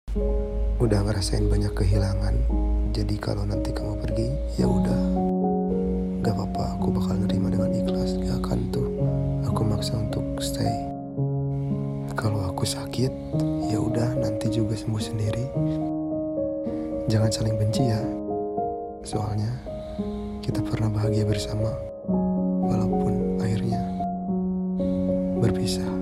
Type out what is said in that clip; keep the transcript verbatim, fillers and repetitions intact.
udah ngerasain banyak kehilangan. Jadi kalau nanti kamu pergi, ya udah, gak apa-apa, aku bakal nerima dengan ikhlas. Gak akan tuh aku maksa untuk stay. Kalau aku sakit, ya udah, nanti juga sembuh sendiri. Jangan saling benci ya, soalnya kita pernah bahagia bersama, walaupun akhirnya berpisah.